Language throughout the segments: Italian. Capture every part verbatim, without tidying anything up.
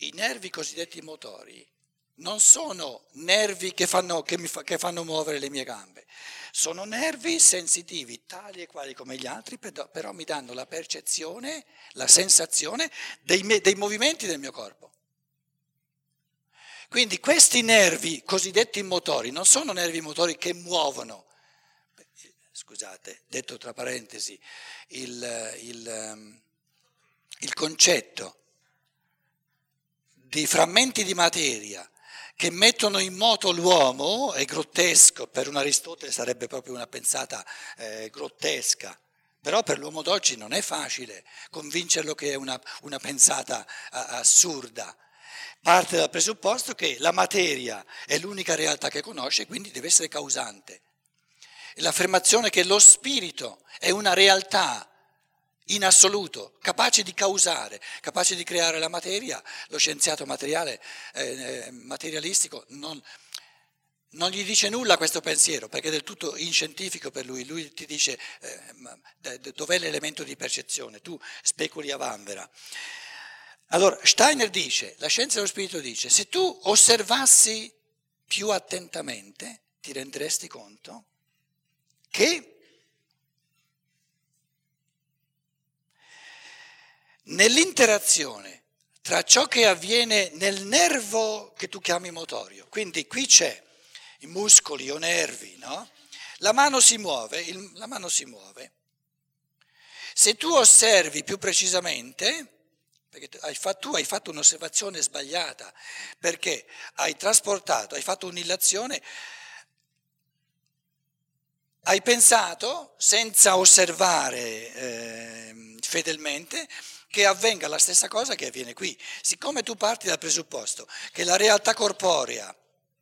i nervi cosiddetti motori non sono nervi che fanno, che mi fa, che fanno muovere le mie gambe, sono nervi sensitivi, tali e quali come gli altri, però, però mi danno la percezione, la sensazione dei, me, dei movimenti del mio corpo. Quindi questi nervi cosiddetti motori non sono nervi motori che muovono. Scusate, detto tra parentesi, il, il, il concetto di frammenti di materia che mettono in moto l'uomo è grottesco, per un Aristotele sarebbe proprio una pensata eh, grottesca, però per l'uomo d'oggi non è facile convincerlo che è una, una pensata a, assurda. Parte dal presupposto che la materia è l'unica realtà che conosce, quindi deve essere causante. L'affermazione che lo spirito è una realtà in assoluto, capace di causare, capace di creare la materia, lo scienziato materiale, eh, materialistico non, non gli dice nulla a questo pensiero, perché è del tutto inscientifico per lui. Lui ti dice eh, dov'è l'elemento di percezione, tu speculi a vanvera. Allora Steiner dice, la scienza dello spirito dice, se tu osservassi più attentamente ti renderesti conto che nell'interazione tra ciò che avviene nel nervo che tu chiami motorio, quindi qui c'è i muscoli o nervi, no? La mano si muove, il, la mano si muove. Se tu osservi più precisamente, perché tu hai fatto, tu hai fatto un'osservazione sbagliata, perché hai trasportato, hai fatto un'illazione, hai pensato, senza osservare eh, fedelmente, che avvenga la stessa cosa che avviene qui. Siccome tu parti dal presupposto che la realtà corporea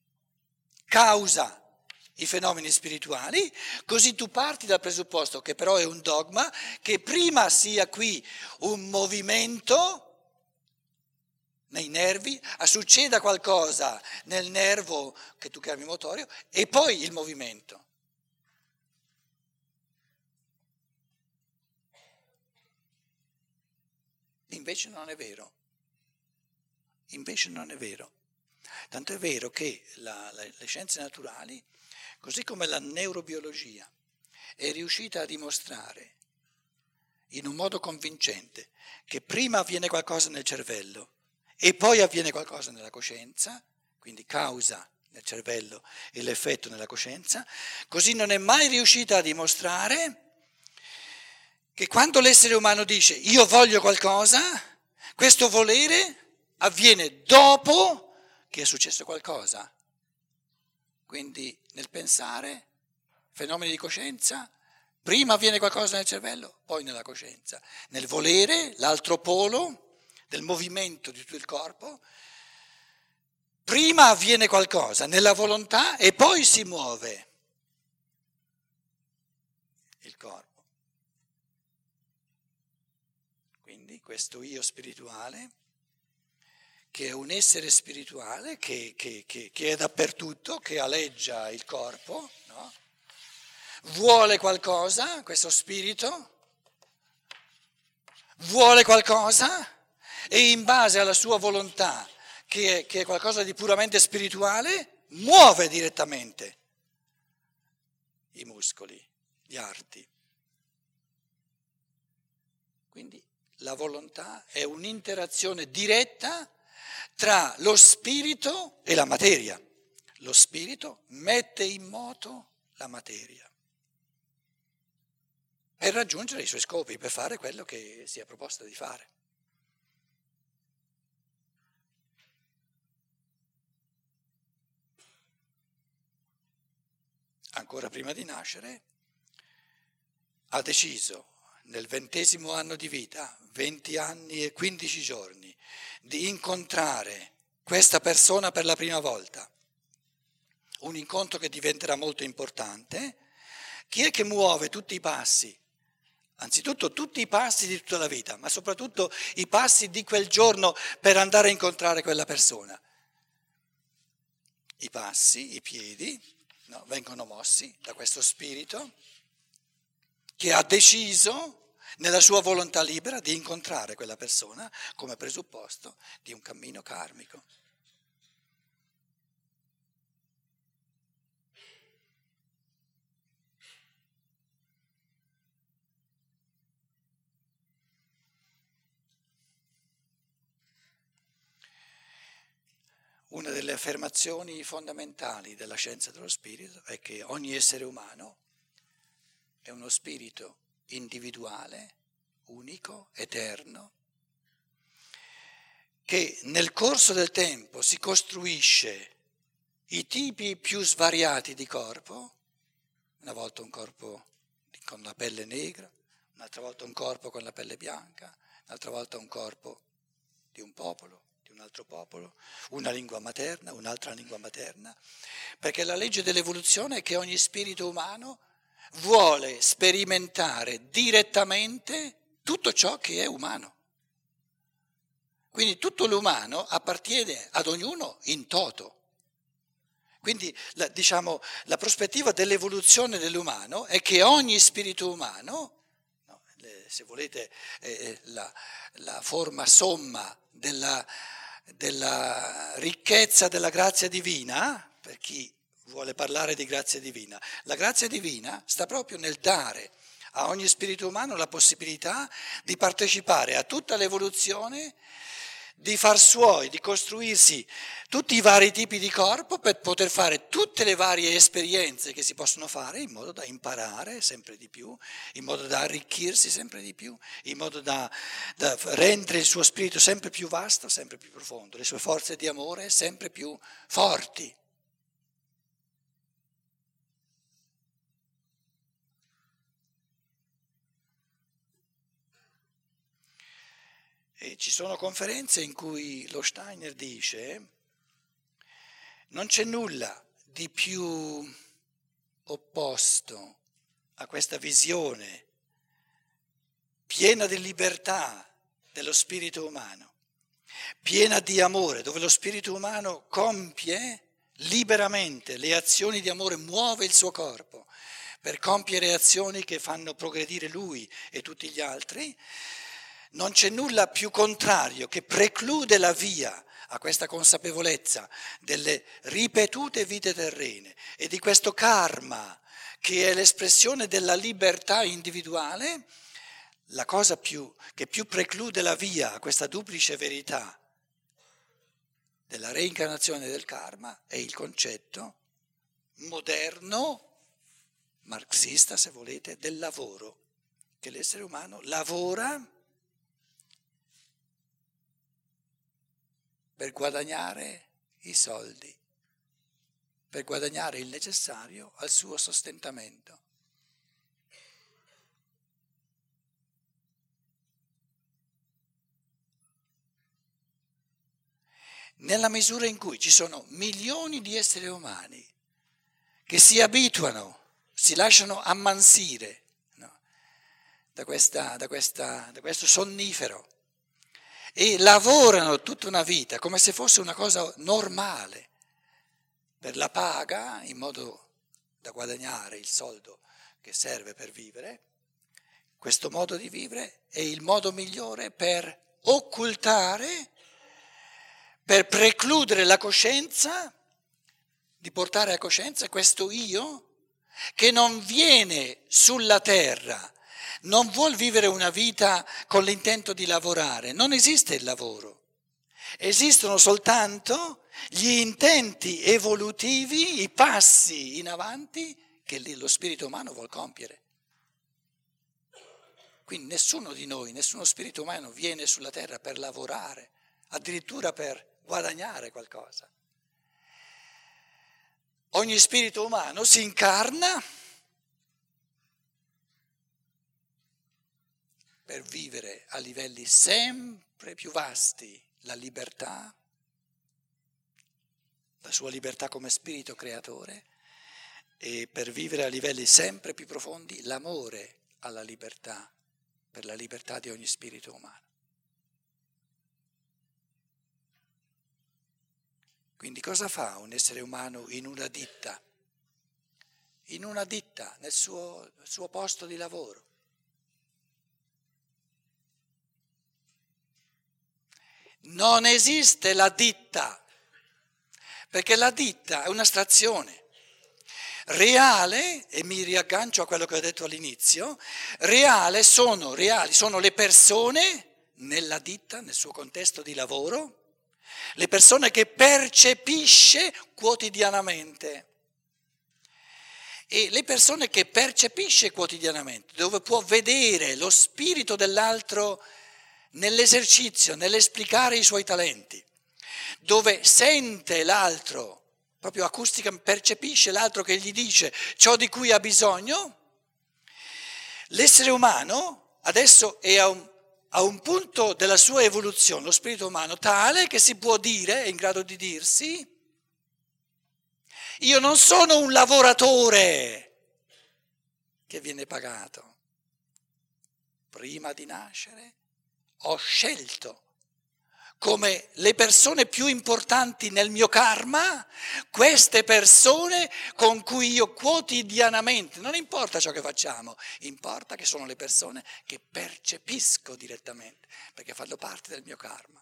causa i fenomeni spirituali, così tu parti dal presupposto, che però è un dogma, che prima sia qui un movimento nei nervi, succeda qualcosa nel nervo che tu chiami motorio, e poi il movimento. Invece non è vero, invece non è vero. Tanto è vero che la, la, le scienze naturali, così come la neurobiologia, è riuscita a dimostrare in un modo convincente che prima avviene qualcosa nel cervello e poi avviene qualcosa nella coscienza, quindi causa nel cervello e l'effetto nella coscienza, così non è mai riuscita a dimostrare che quando l'essere umano dice io voglio qualcosa, questo volere avviene dopo che è successo qualcosa. Quindi nel pensare, fenomeni di coscienza, prima avviene qualcosa nel cervello, poi nella coscienza. Nel volere, l'altro polo del movimento di tutto il corpo, prima avviene qualcosa nella volontà e poi si muove il corpo. Quindi questo io spirituale, che è un essere spirituale che, che, che, che è dappertutto, che aleggia il corpo, no? Vuole qualcosa, questo spirito, vuole qualcosa e in base alla sua volontà, che è, che è qualcosa di puramente spirituale, muove direttamente i muscoli, gli arti. Quindi la volontà è un'interazione diretta tra lo spirito e la materia. Lo spirito mette in moto la materia per raggiungere i suoi scopi, per fare quello che si è proposto di fare. Ancora prima di nascere ha deciso nel ventesimo anno di vita, venti anni e quindici giorni, di incontrare questa persona per la prima volta. Un incontro che diventerà molto importante. Chi è che muove tutti i passi? Anzitutto tutti i passi di tutta la vita, ma soprattutto i passi di quel giorno per andare a incontrare quella persona. I passi, i piedi, no, vengono mossi da questo spirito che ha deciso nella sua volontà libera di incontrare quella persona come presupposto di un cammino karmico. Una delle affermazioni fondamentali della scienza dello spirito è che ogni essere umano è uno spirito individuale, unico, eterno, che nel corso del tempo si costruisce i tipi più svariati di corpo, una volta un corpo con la pelle negra, un'altra volta un corpo con la pelle bianca, un'altra volta un corpo di un popolo, di un altro popolo, una lingua materna, un'altra lingua materna, perché la legge dell'evoluzione è che ogni spirito umano vuole sperimentare direttamente tutto ciò che è umano. Quindi tutto l'umano appartiene ad ognuno in toto. Quindi la, diciamo, la prospettiva dell'evoluzione dell'umano è che ogni spirito umano, no, le, se volete eh, la, la forma somma della, della ricchezza della grazia divina, per chi vuole parlare di grazia divina, la grazia divina sta proprio nel dare a ogni spirito umano la possibilità di partecipare a tutta l'evoluzione, di far suoi, di costruirsi tutti i vari tipi di corpo per poter fare tutte le varie esperienze che si possono fare in modo da imparare sempre di più, in modo da arricchirsi sempre di più, in modo da, da rendere il suo spirito sempre più vasto, sempre più profondo, le sue forze di amore sempre più forti. E ci sono conferenze in cui lo Steiner dice: non c'è nulla di più opposto a questa visione piena di libertà dello spirito umano, piena di amore, dove lo spirito umano compie liberamente le azioni di amore, muove il suo corpo per compiere azioni che fanno progredire lui e tutti gli altri. Non c'è nulla più contrario che preclude la via a questa consapevolezza delle ripetute vite terrene e di questo karma che è l'espressione della libertà individuale. La cosa più, che più preclude la via a questa duplice verità della reincarnazione del karma è il concetto moderno, marxista se volete, del lavoro, che l'essere umano lavora per guadagnare i soldi, per guadagnare il necessario al suo sostentamento. Nella misura in cui ci sono milioni di esseri umani che si abituano, si lasciano ammansire, no, da, questa, da, questa, da questo sonnifero, e lavorano tutta una vita come se fosse una cosa normale per la paga, in modo da guadagnare il soldo che serve per vivere. Questo modo di vivere è il modo migliore per occultare, per precludere la coscienza, di portare a coscienza questo io che non viene sulla terra, non vuol vivere una vita con l'intento di lavorare, non esiste il lavoro, esistono soltanto gli intenti evolutivi, i passi in avanti che lo spirito umano vuol compiere. Quindi nessuno di noi, nessuno spirito umano viene sulla terra per lavorare, addirittura per guadagnare qualcosa. Ogni spirito umano si incarna per vivere a livelli sempre più vasti la libertà, la sua libertà come spirito creatore, e per vivere a livelli sempre più profondi l'amore alla libertà, per la libertà di ogni spirito umano. Quindi cosa fa un essere umano in una ditta? In una ditta, nel suo, suo posto di lavoro. Non esiste la ditta, perché la ditta è un'astrazione. Reale, e mi riaggancio a quello che ho detto all'inizio, reale sono, reali sono le persone nella ditta, nel suo contesto di lavoro, le persone che percepisce quotidianamente. E le persone che percepisce quotidianamente, dove può vedere lo spirito dell'altro nell'esercizio, nell'esplicare i suoi talenti, dove sente l'altro, proprio acustica, percepisce l'altro che gli dice ciò di cui ha bisogno, l'essere umano adesso è a un, a un punto della sua evoluzione, lo spirito umano, tale che si può dire, è in grado di dirsi, io non sono un lavoratore che viene pagato. Prima di nascere ho scelto come le persone più importanti nel mio karma, queste persone con cui io quotidianamente, non importa ciò che facciamo, importa che sono le persone che percepisco direttamente, perché fanno parte del mio karma.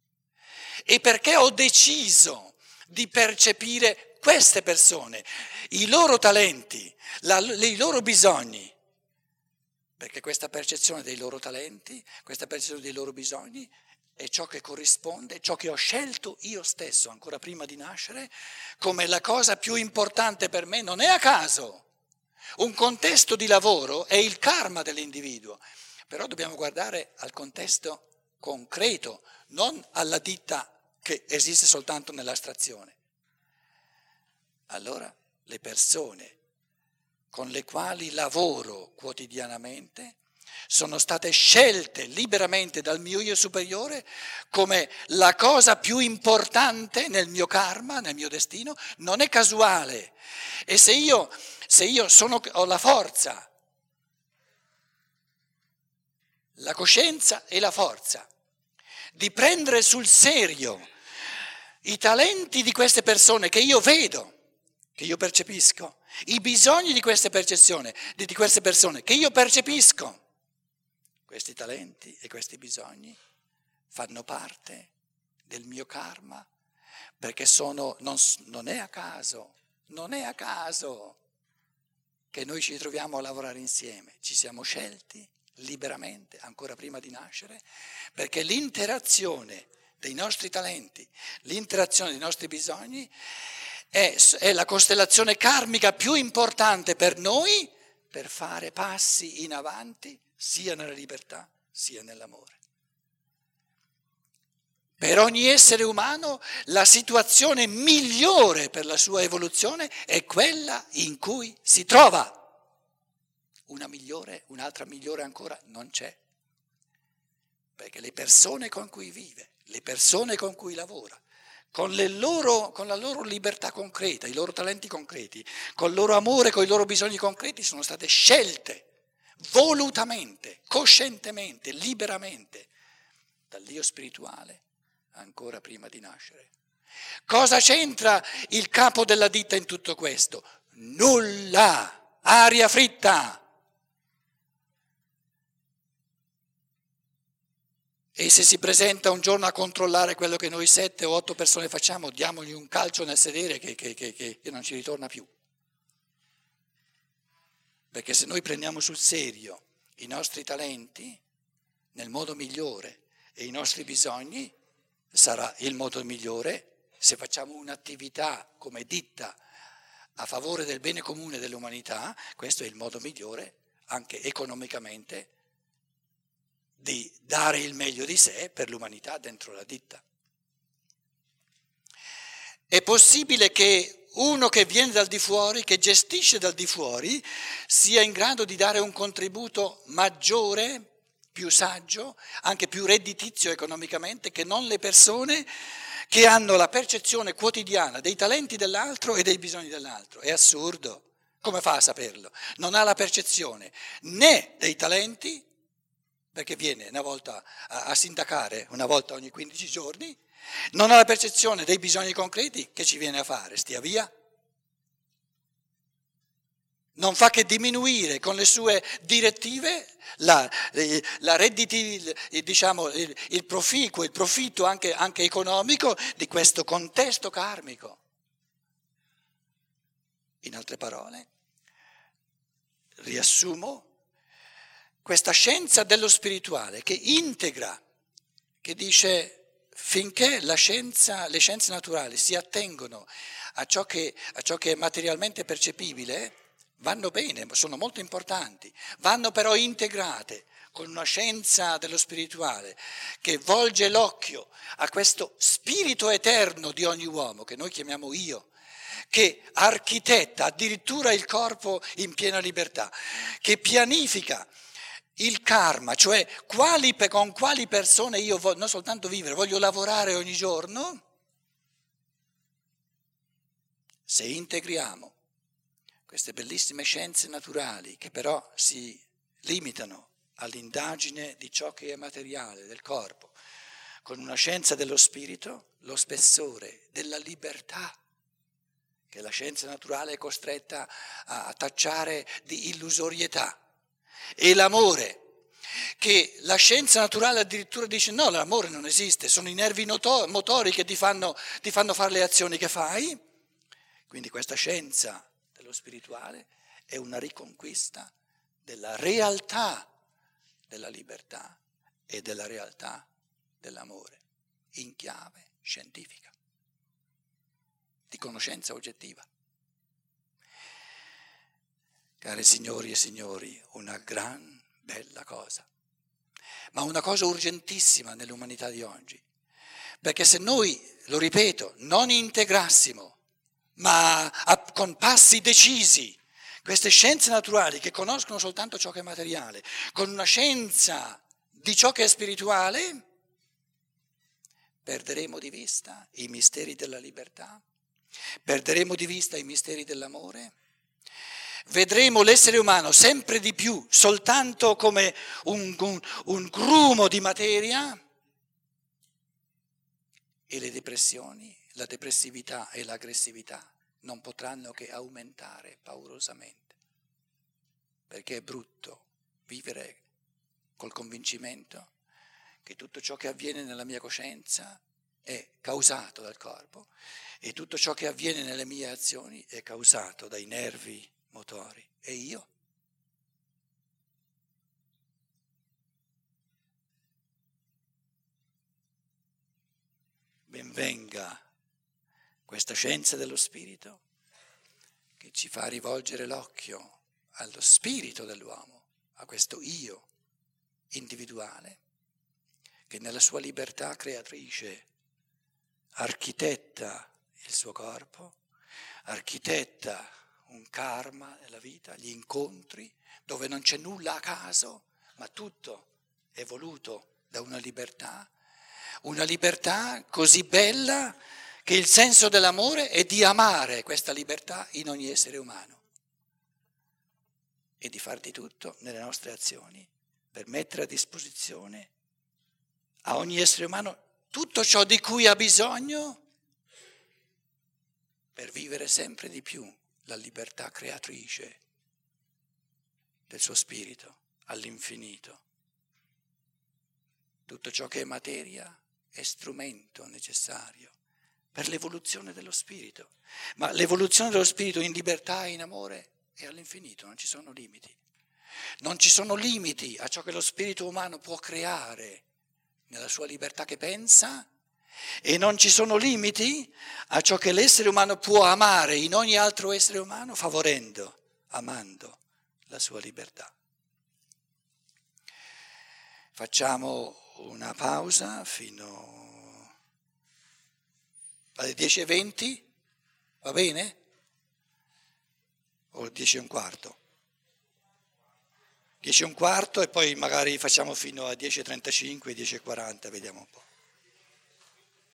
E perché ho deciso di percepire queste persone, i loro talenti, la, i loro bisogni, perché questa percezione dei loro talenti, questa percezione dei loro bisogni, è ciò che corrisponde, ciò che ho scelto io stesso ancora prima di nascere, come la cosa più importante per me, non è a caso. Un contesto di lavoro è il karma dell'individuo, però dobbiamo guardare al contesto concreto, non alla ditta che esiste soltanto nell'astrazione. Allora le persone con le quali lavoro quotidianamente sono state scelte liberamente dal mio io superiore come la cosa più importante nel mio karma, nel mio destino, non è casuale. E se io, se io sono, ho la forza, la coscienza e la forza di prendere sul serio i talenti di queste persone che io vedo, che io percepisco, i bisogni di queste percezioni, di queste persone che io percepisco, questi talenti e questi bisogni fanno parte del mio karma, perché sono, non, non è a caso, non è a caso che noi ci troviamo a lavorare insieme, ci siamo scelti liberamente, ancora prima di nascere, perché l'interazione dei nostri talenti, l'interazione dei nostri bisogni è, è la costellazione karmica più importante per noi per fare passi in avanti sia nella libertà sia nell'amore. Per ogni essere umano la situazione migliore per la sua evoluzione è quella in cui si trova. Una migliore, un'altra migliore ancora non c'è. Perché le persone con cui vive, le persone con cui lavora, con, le loro, con la loro libertà concreta, i loro talenti concreti, con il loro amore, con i loro bisogni concreti, sono state scelte volutamente, coscientemente, liberamente dall'io spirituale ancora prima di nascere. Cosa c'entra il capo della ditta in tutto questo? Nulla, aria fritta. E se si presenta un giorno a controllare quello che noi sette o otto persone facciamo, diamogli un calcio nel sedere che, che, che, che non ci ritorna più. Perché se noi prendiamo sul serio i nostri talenti nel modo migliore e i nostri bisogni, sarà il modo migliore se facciamo un'attività come ditta a favore del bene comune dell'umanità, questo è il modo migliore anche economicamente di dare il meglio di sé per l'umanità dentro la ditta. È possibile che uno che viene dal di fuori, che gestisce dal di fuori, sia in grado di dare un contributo maggiore, più saggio, anche più redditizio economicamente, che non le persone che hanno la percezione quotidiana dei talenti dell'altro e dei bisogni dell'altro. È assurdo. Come fa a saperlo? Non ha la percezione né dei talenti, perché viene una volta a, a sindacare, una volta ogni quindici giorni, non ha la percezione dei bisogni concreti che ci viene a fare, stia via. non fa che diminuire con le sue direttive la, la redditi, diciamo, il, il proficuo, il profitto anche, anche economico di questo contesto karmico. In altre parole, riassumo, questa scienza dello spirituale che integra, che dice finché la scienza, le scienze naturali si attengono a ciò che, a ciò che è materialmente percepibile, vanno bene, sono molto importanti, vanno però integrate con una scienza dello spirituale che volge l'occhio a questo spirito eterno di ogni uomo, che noi chiamiamo io, che architetta addirittura il corpo in piena libertà, che pianifica il karma, cioè quali, con quali persone io voglio, non soltanto vivere, voglio lavorare ogni giorno. Se integriamo queste bellissime scienze naturali che però si limitano all'indagine di ciò che è materiale del corpo, con una scienza dello spirito, lo spessore della libertà, che la scienza naturale è costretta a tacciare di illusorietà, e l'amore, che la scienza naturale addirittura dice no, l'amore non esiste, sono i nervi motori che ti fanno, ti fanno fare le azioni che fai. Quindi questa scienza dello spirituale è una riconquista della realtà della libertà e della realtà dell'amore in chiave scientifica, di conoscenza oggettiva. Cari signori e signori, una gran bella cosa, ma una cosa urgentissima nell'umanità di oggi, perché se noi, lo ripeto, non integrassimo, ma a, con passi decisi, queste scienze naturali che conoscono soltanto ciò che è materiale, con una scienza di ciò che è spirituale, perderemo di vista i misteri della libertà, perderemo di vista i misteri dell'amore, vedremo l'essere umano sempre di più soltanto come un, un, un grumo di materia, e le depressioni, la depressività e l'aggressività non potranno che aumentare paurosamente, perché è brutto vivere col convincimento che tutto ciò che avviene nella mia coscienza è causato dal corpo e tutto ciò che avviene nelle mie azioni è causato dai nervi motori. E io? Benvenga questa scienza dello spirito che ci fa rivolgere l'occhio allo spirito dell'uomo, a questo io individuale che nella sua libertà creatrice architetta il suo corpo, architetta un karma nella vita, gli incontri, dove non c'è nulla a caso, ma tutto è voluto da una libertà, una libertà così bella che il senso dell'amore è di amare questa libertà in ogni essere umano e di far di tutto nelle nostre azioni per mettere a disposizione a ogni essere umano tutto ciò di cui ha bisogno per vivere sempre di più la libertà creatrice del suo spirito all'infinito. Tutto ciò che è materia è strumento necessario per l'evoluzione dello spirito, ma l'evoluzione dello spirito in libertà e in amore è all'infinito, non ci sono limiti. Non ci sono limiti a ciò che lo spirito umano può creare nella sua libertà che pensa, e non ci sono limiti a ciò che l'essere umano può amare in ogni altro essere umano, favorendo, amando la sua libertà. Facciamo una pausa fino alle dieci e venti, va bene? O dieci e un quarto? dieci e un quarto e poi magari facciamo fino a dieci e trentacinque, dieci e quaranta, vediamo un po'.